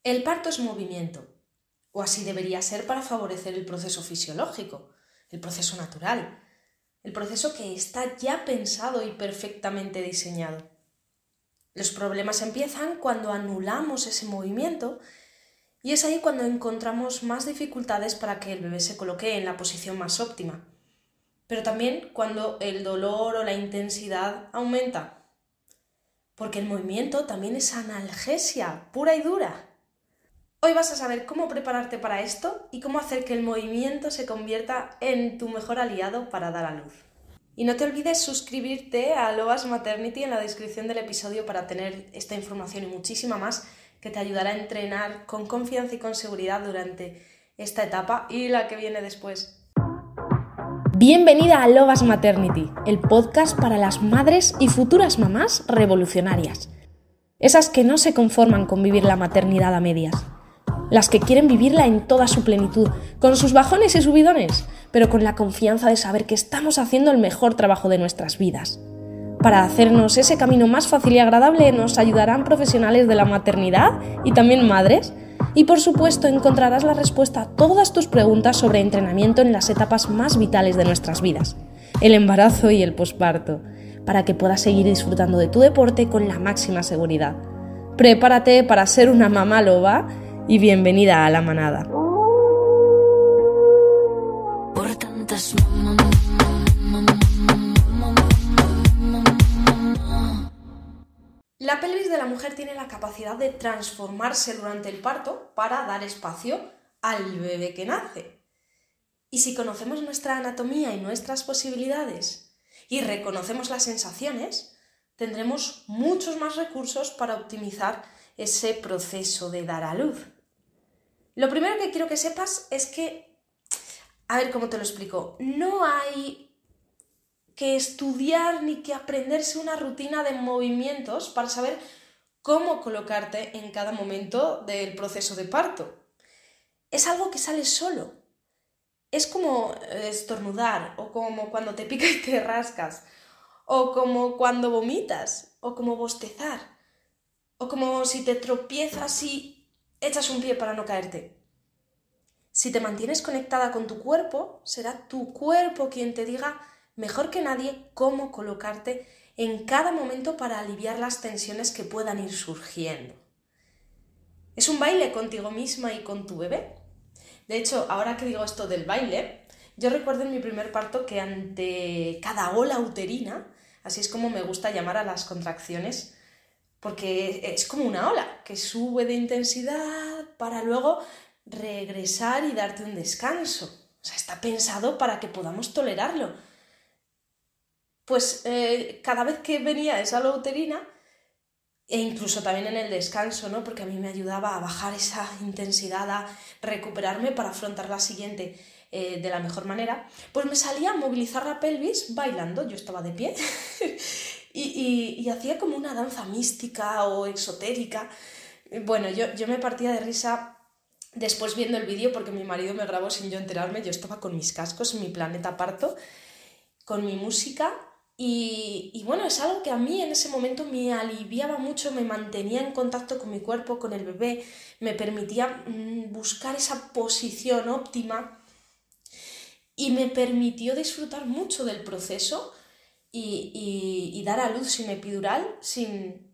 El parto es movimiento, o así debería ser para favorecer el proceso fisiológico, el proceso natural, el proceso que está ya pensado y perfectamente diseñado. Los problemas empiezan cuando anulamos ese movimiento y es ahí cuando encontramos más dificultades para que el bebé se coloque en la posición más óptima, pero también cuando el dolor o la intensidad aumenta, porque el movimiento también es analgesia pura y dura. Hoy vas a saber cómo prepararte para esto y cómo hacer que el movimiento se convierta en tu mejor aliado para dar a luz. Y no te olvides suscribirte a Lovas Maternity en la descripción del episodio para tener esta información y muchísima más que te ayudará a entrenar con confianza y con seguridad durante esta etapa y la que viene después. Bienvenida a Lovas Maternity, el podcast para las madres y futuras mamás revolucionarias. Esas que no se conforman con vivir la maternidad a medias. Las que quieren vivirla en toda su plenitud, con sus bajones y subidones, pero con la confianza de saber que estamos haciendo el mejor trabajo de nuestras vidas. Para hacernos ese camino más fácil y agradable nos ayudarán profesionales de la maternidad y también madres. Y por supuesto encontrarás la respuesta a todas tus preguntas sobre entrenamiento en las etapas más vitales de nuestras vidas, el embarazo y el posparto, para que puedas seguir disfrutando de tu deporte con la máxima seguridad. Prepárate para ser una mamá loba y bienvenida a la manada. La pelvis de la mujer tiene la capacidad de transformarse durante el parto para dar espacio al bebé que nace. Y si conocemos nuestra anatomía y nuestras posibilidades y reconocemos las sensaciones, tendremos muchos más recursos para optimizar ese proceso de dar a luz. Lo primero que quiero que sepas es que, a ver cómo te lo explico, no hay que estudiar ni que aprenderse una rutina de movimientos para saber cómo colocarte en cada momento del proceso de parto. Es algo que sale solo. Es como estornudar, o como cuando te pica y te rascas, o como cuando vomitas, o como bostezar, o como si te tropiezas y echas un pie para no caerte. Si te mantienes conectada con tu cuerpo, será tu cuerpo quien te diga mejor que nadie cómo colocarte en cada momento para aliviar las tensiones que puedan ir surgiendo. Es un baile contigo misma y con tu bebé. De hecho, ahora que digo esto del baile, yo recuerdo en mi primer parto que ante cada ola uterina, así es como me gusta llamar a las contracciones, porque es como una ola que sube de intensidad para luego regresar y darte un descanso. O sea, está pensado para que podamos tolerarlo. Pues cada vez que venía esa ola uterina, e incluso también en el descanso, ¿no? Porque a mí me ayudaba a bajar esa intensidad, a recuperarme para afrontar la siguiente de la mejor manera, pues me salía a movilizar la pelvis bailando. Yo estaba de pie y hacía como una danza mística o exotérica. Bueno, yo me partía de risa después viendo el vídeo porque mi marido me grabó sin yo enterarme. Yo estaba con mis cascos en mi planeta parto, con mi música. Y bueno, es algo que a mí en ese momento me aliviaba mucho, me mantenía en contacto con mi cuerpo, con el bebé, me permitía buscar esa posición óptima y me permitió disfrutar mucho del proceso y dar a luz sin epidural, sin...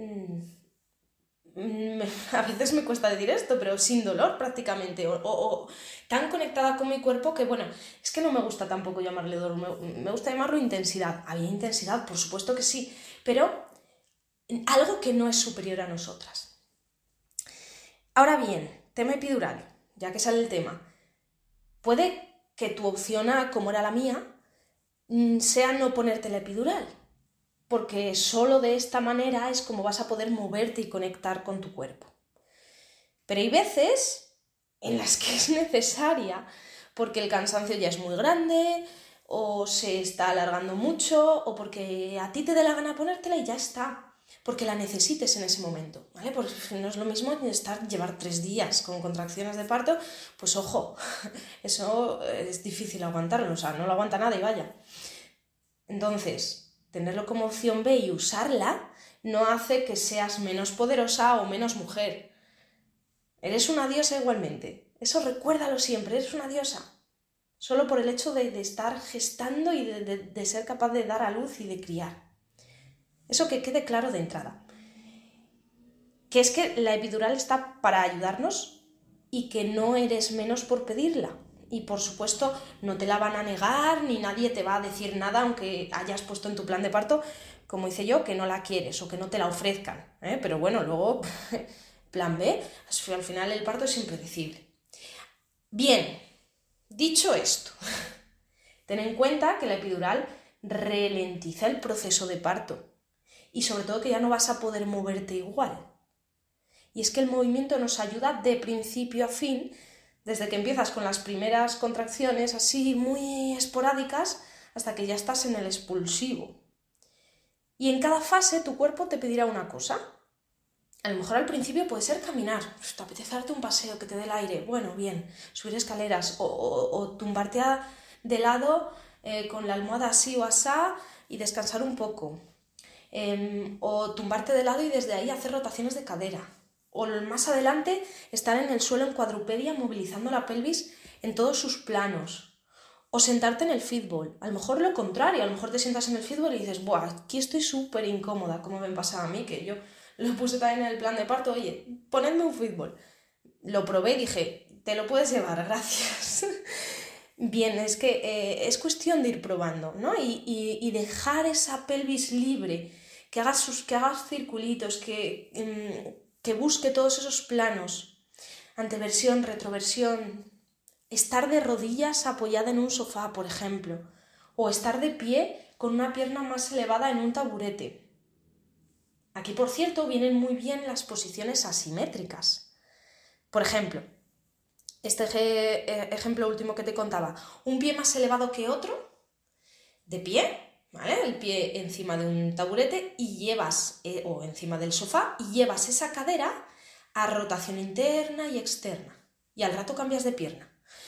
a veces me cuesta decir esto, pero sin dolor prácticamente, o tan conectada con mi cuerpo que, bueno, es que no me gusta tampoco llamarle dolor, me gusta llamarlo intensidad. Había intensidad, por supuesto que sí, pero algo que no es superior a nosotras. Ahora bien, tema epidural, ya que sale el tema, puede que tu opción A, como era la mía, sea no ponerte la epidural, porque solo de esta manera es como vas a poder moverte y conectar con tu cuerpo. Pero hay veces en las que es necesaria porque el cansancio ya es muy grande, o se está alargando mucho, o porque a ti te dé la gana ponértela y ya está, porque la necesites en ese momento, ¿vale? Porque no es lo mismo llevar 3 días con contracciones de parto, pues ojo, eso es difícil aguantarlo, o sea, no lo aguanta nadie, vaya. Entonces, tenerlo como opción B y usarla no hace que seas menos poderosa o menos mujer. Eres una diosa igualmente. Eso recuérdalo siempre, eres una diosa. Solo por el hecho de estar gestando y de ser capaz de dar a luz y de criar. Eso que quede claro de entrada. Que es que la epidural está para ayudarnos y que no eres menos por pedirla. Y por supuesto no te la van a negar ni nadie te va a decir nada aunque hayas puesto en tu plan de parto, como hice yo, que no la quieres o que no te la ofrezcan. Pero bueno, luego, plan B, al final el parto es impredecible. Bien, dicho esto, ten en cuenta que la epidural ralentiza el proceso de parto y sobre todo que ya no vas a poder moverte igual. Y es que el movimiento nos ayuda de principio a fin, desde que empiezas con las primeras contracciones así muy esporádicas hasta que ya estás en el expulsivo. Y en cada fase tu cuerpo te pedirá una cosa. A lo mejor al principio puede ser caminar, te apetece darte un paseo, que te dé el aire, bueno, bien, subir escaleras o tumbarte de lado con la almohada así o asá y descansar un poco. O tumbarte de lado y desde ahí hacer rotaciones de cadera. O más adelante estar en el suelo en cuadrupedia movilizando la pelvis en todos sus planos. O sentarte en el fútbol. A lo mejor lo contrario, a lo mejor te sientas en el fútbol y dices, ¡buah! Aquí estoy súper incómoda, como me pasaba a mí, que yo lo puse también en el plan de parto, oye, ponedme un fútbol. Lo probé y dije, te lo puedes llevar, gracias. Bien, es que es cuestión de ir probando, ¿no? Y dejar esa pelvis libre, que hagas circulitos, que busque todos esos planos, anteversión, retroversión, estar de rodillas apoyada en un sofá, por ejemplo, o estar de pie con una pierna más elevada en un taburete. Aquí, por cierto, vienen muy bien las posiciones asimétricas. Por ejemplo, este ejemplo último que te contaba, un pie más elevado que otro, de pie, ¿vale? El pie encima de un taburete y llevas, o encima del sofá, y llevas esa cadera a rotación interna y externa. Y al rato cambias de pierna.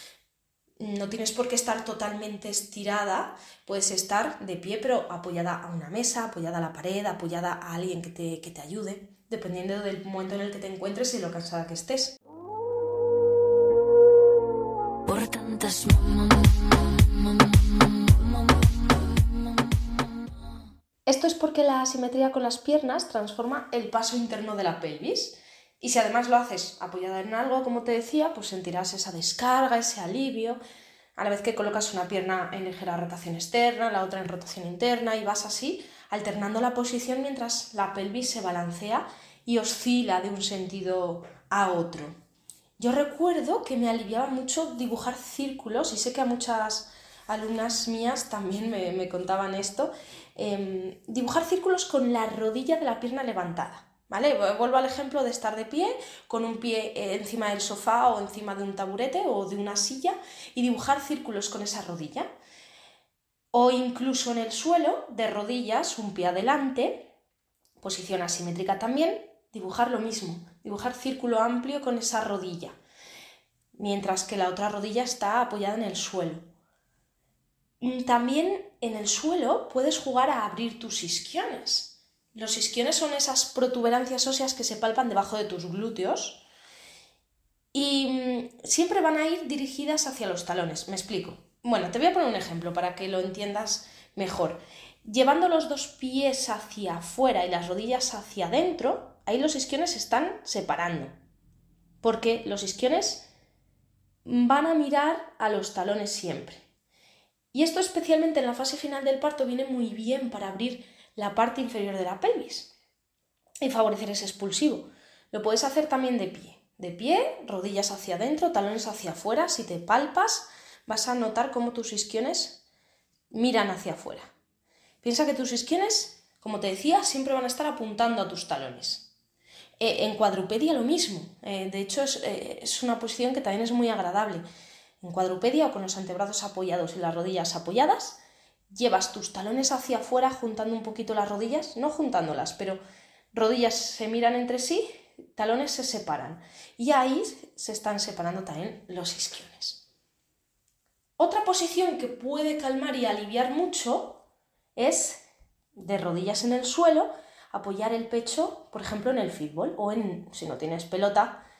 No tienes por qué estar totalmente estirada, puedes estar de pie pero apoyada a una mesa, apoyada a la pared, apoyada a alguien que te ayude, dependiendo del momento en el que te encuentres y lo cansada que estés. Por tantas... Esto es porque la asimetría con las piernas transforma el paso interno de la pelvis. Y si además lo haces apoyada en algo, como te decía, pues sentirás esa descarga, ese alivio, a la vez que colocas una pierna en ligera rotación externa, la otra en rotación interna, y vas así alternando la posición mientras la pelvis se balancea y oscila de un sentido a otro. Yo recuerdo que me aliviaba mucho dibujar círculos, y sé que a muchas alumnas mías también me contaban esto, dibujar círculos con la rodilla de la pierna levantada. ¿Vale? Vuelvo al ejemplo de estar de pie, con un pie encima del sofá o encima de un taburete o de una silla y dibujar círculos con esa rodilla. O incluso en el suelo, de rodillas, un pie adelante, posición asimétrica también, dibujar lo mismo, dibujar círculo amplio con esa rodilla, mientras que la otra rodilla está apoyada en el suelo. También en el suelo puedes jugar a abrir tus isquiones. Los isquiones son esas protuberancias óseas que se palpan debajo de tus glúteos y siempre van a ir dirigidas hacia los talones. Me explico. Bueno, te voy a poner un ejemplo para que lo entiendas mejor. Llevando los dos pies hacia afuera y las rodillas hacia adentro, ahí los isquiones se están separando, porque los isquiones van a mirar a los talones siempre. Y esto, especialmente en la fase final del parto, viene muy bien para abrir la parte inferior de la pelvis y favorecer ese expulsivo. Lo puedes hacer también de pie. De pie, rodillas hacia adentro, talones hacia afuera. Si te palpas, vas a notar cómo tus isquiones miran hacia afuera. Piensa que tus isquiones, como te decía, siempre van a estar apuntando a tus talones. En cuadrupedia lo mismo. De hecho, es una posición que también es muy agradable. En cuadrupedia o con los antebrazos apoyados y las rodillas apoyadas, llevas tus talones hacia afuera juntando un poquito las rodillas, no juntándolas, pero rodillas se miran entre sí, talones se separan. Y ahí se están separando también los isquiones. Otra posición que puede calmar y aliviar mucho es de rodillas en el suelo, apoyar el pecho, por ejemplo, en el fútbol o si no tienes pelota,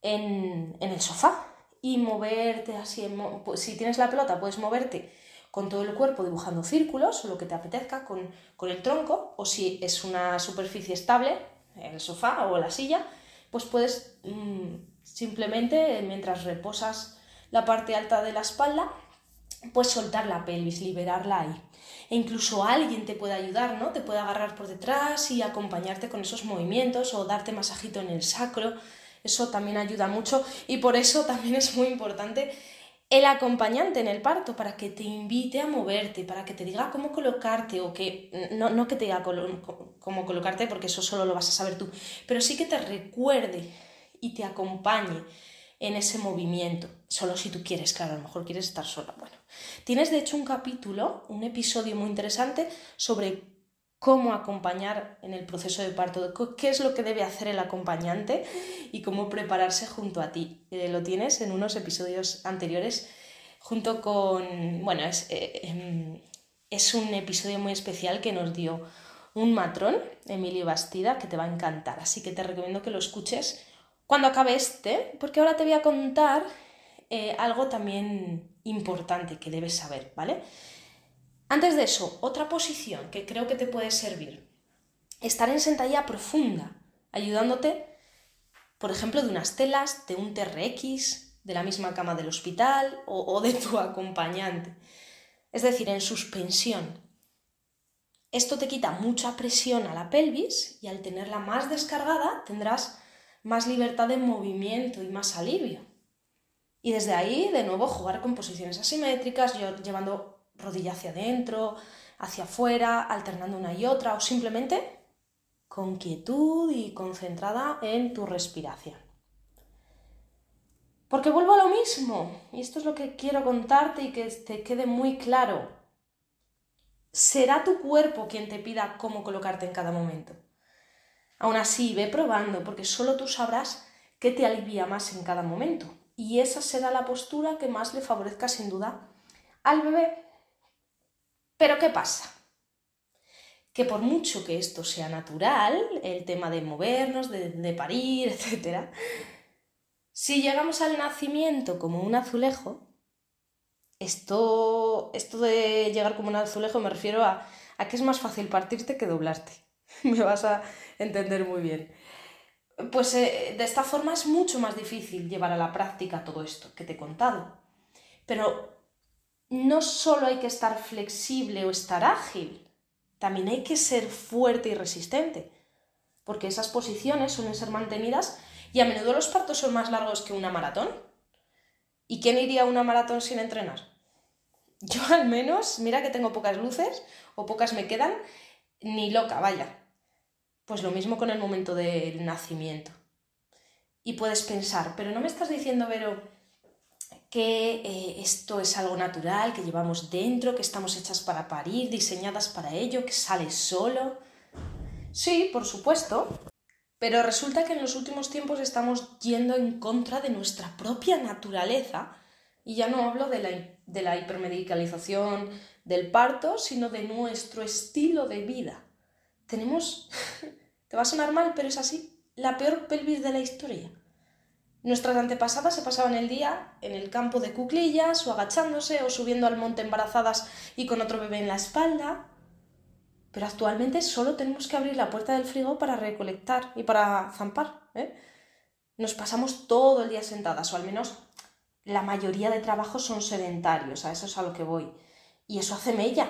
en el sofá y moverte así. Pues si tienes la pelota, puedes moverte con todo el cuerpo dibujando círculos o lo que te apetezca con el tronco, o si es una superficie estable, el sofá o la silla, pues puedes simplemente, mientras reposas la parte alta de la espalda, pues soltar la pelvis, liberarla ahí. E incluso alguien te puede ayudar, ¿no? Te puede agarrar por detrás y acompañarte con esos movimientos o darte masajito en el sacro. Eso también ayuda mucho y por eso también es muy importante el acompañante en el parto, para que te invite a moverte, para que te diga cómo colocarte, o que no que te diga cómo colocarte, porque eso solo lo vas a saber tú, pero sí que te recuerde y te acompañe en ese movimiento, solo si tú quieres, claro, a lo mejor quieres estar sola. Bueno, tienes de hecho un episodio muy interesante sobre cómo acompañar en el proceso de parto, qué es lo que debe hacer el acompañante y cómo prepararse junto a ti. Lo tienes en unos episodios anteriores junto con... Bueno, es un episodio muy especial que nos dio un matrón, Emilio Bastida, que te va a encantar, así que te recomiendo que lo escuches cuando acabe porque ahora te voy a contar algo también importante que debes saber, ¿vale? Antes de eso, otra posición que creo que te puede servir: estar en sentadilla profunda, ayudándote, por ejemplo, de unas telas, de un TRX, de la misma cama del hospital o de tu acompañante. Es decir, en suspensión. Esto te quita mucha presión a la pelvis y al tenerla más descargada tendrás más libertad de movimiento y más alivio. Y desde ahí, de nuevo, jugar con posiciones asimétricas, llevando rodilla hacia adentro, hacia afuera, alternando una y otra, o simplemente con quietud y concentrada en tu respiración. Porque vuelvo a lo mismo, y esto es lo que quiero contarte y que te quede muy claro. Será tu cuerpo quien te pida cómo colocarte en cada momento. Aún así, ve probando, porque solo tú sabrás qué te alivia más en cada momento. Y esa será la postura que más le favorezca, sin duda, al bebé. Pero ¿qué pasa? Que por mucho que esto sea natural, el tema de movernos, de parir, etc., si llegamos al nacimiento como un azulejo, esto de llegar como un azulejo me refiero a que es más fácil partirte que doblarte. Me vas a entender muy bien. Pues de esta forma es mucho más difícil llevar a la práctica todo esto que te he contado. Pero no solo hay que estar flexible o estar ágil, también hay que ser fuerte y resistente, porque esas posiciones suelen ser mantenidas y a menudo los partos son más largos que una maratón. ¿Y quién iría a una maratón sin entrenar? Yo al menos, mira que tengo pocas luces o pocas me quedan, ni loca, vaya. Pues lo mismo con el momento del nacimiento. Y puedes pensar, pero ¿no me estás diciendo, Vero, que esto es algo natural, que llevamos dentro, que estamos hechas para parir, diseñadas para ello, que sale solo? Sí, por supuesto, pero resulta que en los últimos tiempos estamos yendo en contra de nuestra propia naturaleza, y ya no hablo de la hipermedicalización del parto, sino de nuestro estilo de vida. Tenemos, te va a sonar mal, pero es así, la peor pelvis de la historia. Nuestras antepasadas se pasaban el día en el campo de cuclillas, o agachándose, o subiendo al monte embarazadas y con otro bebé en la espalda. Pero actualmente solo tenemos que abrir la puerta del frigo para recolectar y para zampar, Nos pasamos todo el día sentadas, o al menos la mayoría de trabajos son sedentarios, a eso es a lo que voy. Y eso hace mella.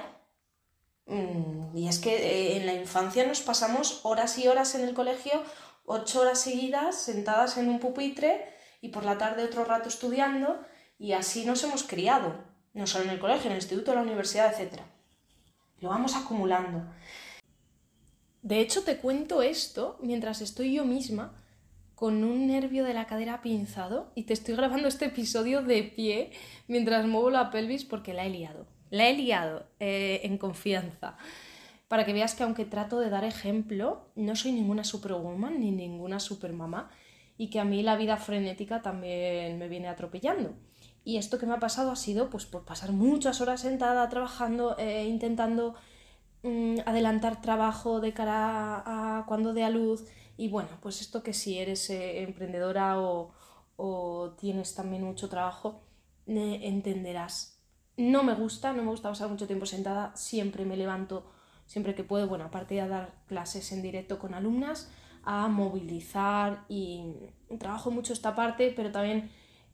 Y es que en la infancia nos pasamos horas y horas en el colegio, 8 horas seguidas, sentadas en un pupitre, y por la tarde otro rato estudiando, y así nos hemos criado, no solo en el colegio, en el instituto, en la universidad, etc. Lo vamos acumulando. De hecho, te cuento esto mientras estoy yo misma con un nervio de la cadera pinzado, y te estoy grabando este episodio de pie mientras muevo la pelvis porque la he liado. La he liado en confianza. Para que veas que, aunque trato de dar ejemplo, no soy ninguna superwoman ni ninguna supermamá, y que a mí la vida frenética también me viene atropellando. Y esto que me ha pasado ha sido pues por pasar muchas horas sentada trabajando, intentando adelantar trabajo de cara a cuando dé a luz. Y bueno, pues esto que si eres emprendedora o tienes también mucho trabajo, entenderás. No me gusta pasar mucho tiempo sentada, siempre me levanto, siempre que puedo, bueno, aparte de dar clases en directo con alumnas, a movilizar y trabajo mucho esta parte, pero también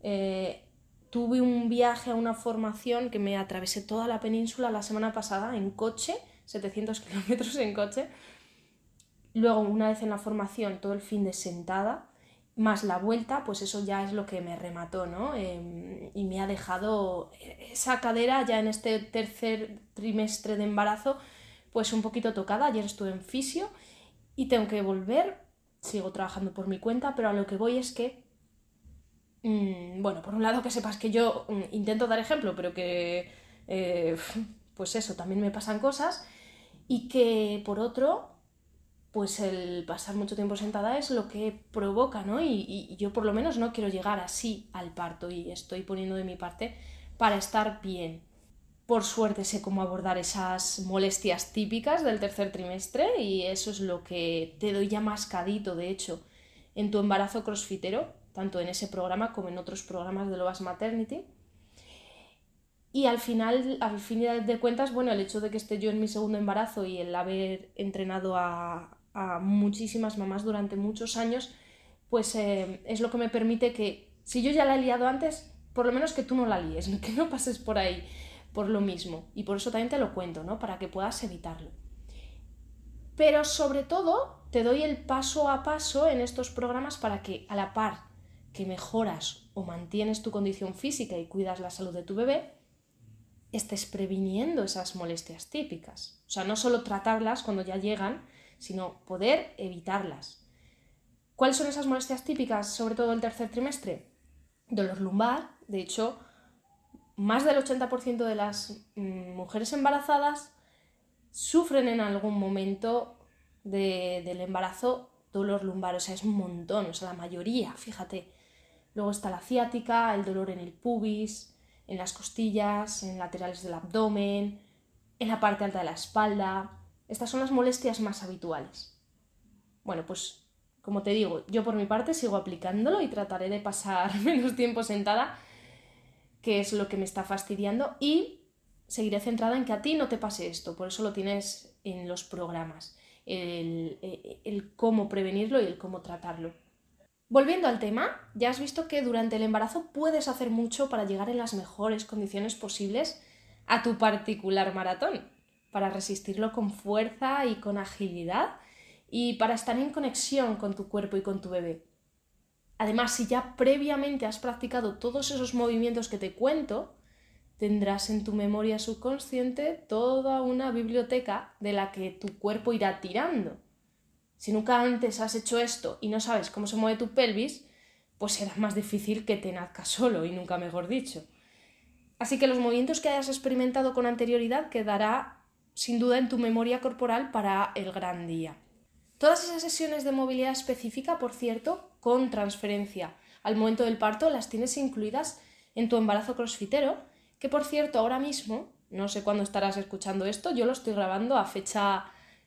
tuve un viaje a una formación que me atravesé toda la península la semana pasada en coche, 700 kilómetros en coche, luego una vez en la formación todo el fin de sentada, más la vuelta, pues eso ya es lo que me remató, ¿no? Y me ha dejado esa cadera ya en este tercer trimestre de embarazo pues un poquito tocada. Ayer estuve en fisio y tengo que volver, sigo trabajando por mi cuenta, pero a lo que voy es que, bueno, por un lado que sepas que yo intento dar ejemplo, pero que, pues eso, también me pasan cosas, y que por otro, pues el pasar mucho tiempo sentada es lo que provoca, ¿no? Y yo por lo menos no quiero llegar así al parto y estoy poniendo de mi parte para estar bien. Por suerte sé cómo abordar esas molestias típicas del tercer trimestre y eso es lo que te doy ya mascadito, de hecho, en tu embarazo crossfitero, tanto en ese programa como en otros programas de Lovas Maternity. Y al fin de cuentas, bueno, el hecho de que esté yo en mi segundo embarazo y el haber entrenado a muchísimas mamás durante muchos años, pues es lo que me permite que, si yo ya la he liado antes, por lo menos que tú no la líes, que no pases por ahí por lo mismo. Y por eso también te lo cuento, ¿no? Para que puedas evitarlo. Pero sobre todo, te doy el paso a paso en estos programas para que, a la par que mejoras o mantienes tu condición física y cuidas la salud de tu bebé, estés previniendo esas molestias típicas. O sea, no solo tratarlas cuando ya llegan, sino poder evitarlas. ¿Cuáles son esas molestias típicas, sobre todo el tercer trimestre? Dolor lumbar. De hecho, más del 80% de las mujeres embarazadas sufren en algún momento del embarazo dolor lumbar. O sea, es un montón, o sea, la mayoría, fíjate. Luego está la ciática, el dolor en el pubis, en las costillas, en laterales del abdomen, en la parte alta de la espalda. Estas son las molestias más habituales. Bueno, pues como te digo, yo por mi parte sigo aplicándolo y trataré de pasar menos tiempo sentada, que es lo que me está fastidiando, y seguiré centrada en que a ti no te pase esto. Por eso lo tienes en los programas, el cómo prevenirlo y el cómo tratarlo. Volviendo al tema, ya has visto que durante el embarazo puedes hacer mucho para llegar en las mejores condiciones posibles a tu particular maratón, para resistirlo con fuerza y con agilidad y para estar en conexión con tu cuerpo y con tu bebé. Además, si ya previamente has practicado todos esos movimientos que te cuento, tendrás en tu memoria subconsciente toda una biblioteca de la que tu cuerpo irá tirando. Si nunca antes has hecho esto y no sabes cómo se mueve tu pelvis, pues será más difícil que te nazca solo, y nunca mejor dicho. Así que los movimientos que hayas experimentado con anterioridad quedará sin duda en tu memoria corporal para el gran día. Todas esas sesiones de movilidad específica, por cierto, con transferencia al momento del parto, las tienes incluidas en tu embarazo crossfitero, que por cierto ahora mismo, no sé cuándo estarás escuchando esto, yo lo estoy grabando a fecha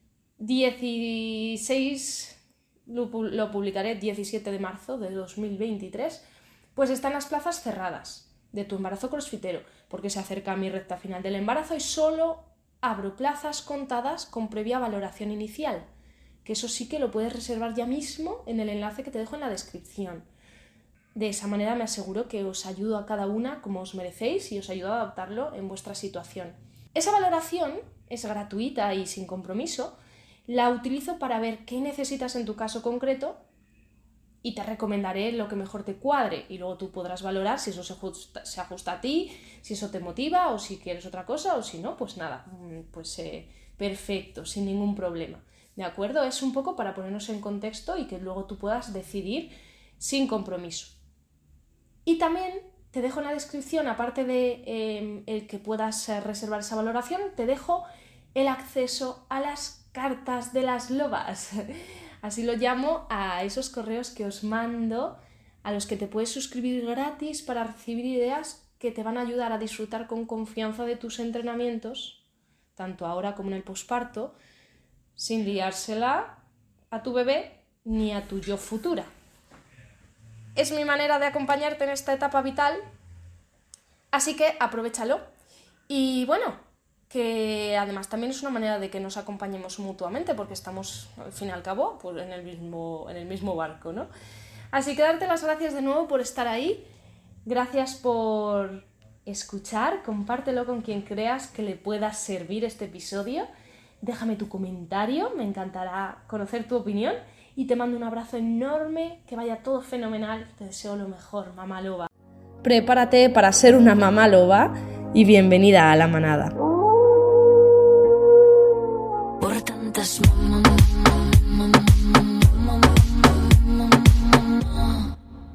16, lo publicaré 17 de marzo de 2023, pues están las plazas cerradas de tu embarazo crossfitero, porque se acerca a mi recta final del embarazo y solo abro plazas contadas con previa valoración inicial, que eso sí que lo puedes reservar ya mismo en el enlace que te dejo en la descripción. De esa manera me aseguro que os ayudo a cada una como os merecéis y os ayudo a adaptarlo en vuestra situación. Esa valoración es gratuita y sin compromiso. La utilizo para ver qué necesitas en tu caso concreto y te recomendaré lo que mejor te cuadre, y luego tú podrás valorar si eso se ajusta a ti, si eso te motiva o si quieres otra cosa, o si no, pues nada, pues perfecto, sin ningún problema. ¿De acuerdo? Es un poco para ponernos en contexto y que luego tú puedas decidir sin compromiso. Y también te dejo en la descripción, aparte de el que puedas reservar esa valoración, te dejo el acceso a las cartas de las lobas. Así lo llamo a esos correos que os mando, a los que te puedes suscribir gratis para recibir ideas que te van a ayudar a disfrutar con confianza de tus entrenamientos, tanto ahora como en el posparto, sin liársela a tu bebé ni a tu yo futura. es mi manera de acompañarte en esta etapa vital, así que aprovéchalo. Y bueno, que además también es una manera de que nos acompañemos mutuamente, porque estamos, al fin y al cabo, pues en el mismo barco, ¿no? Así que darte las gracias de nuevo por estar ahí. Gracias por escuchar. Compártelo con quien creas que le pueda servir este episodio. Déjame tu comentario, me encantará conocer tu opinión. Y te mando un abrazo enorme, que vaya todo fenomenal. Te deseo lo mejor, mamá loba. Prepárate para ser una mamá loba y bienvenida a la manada. Por tantas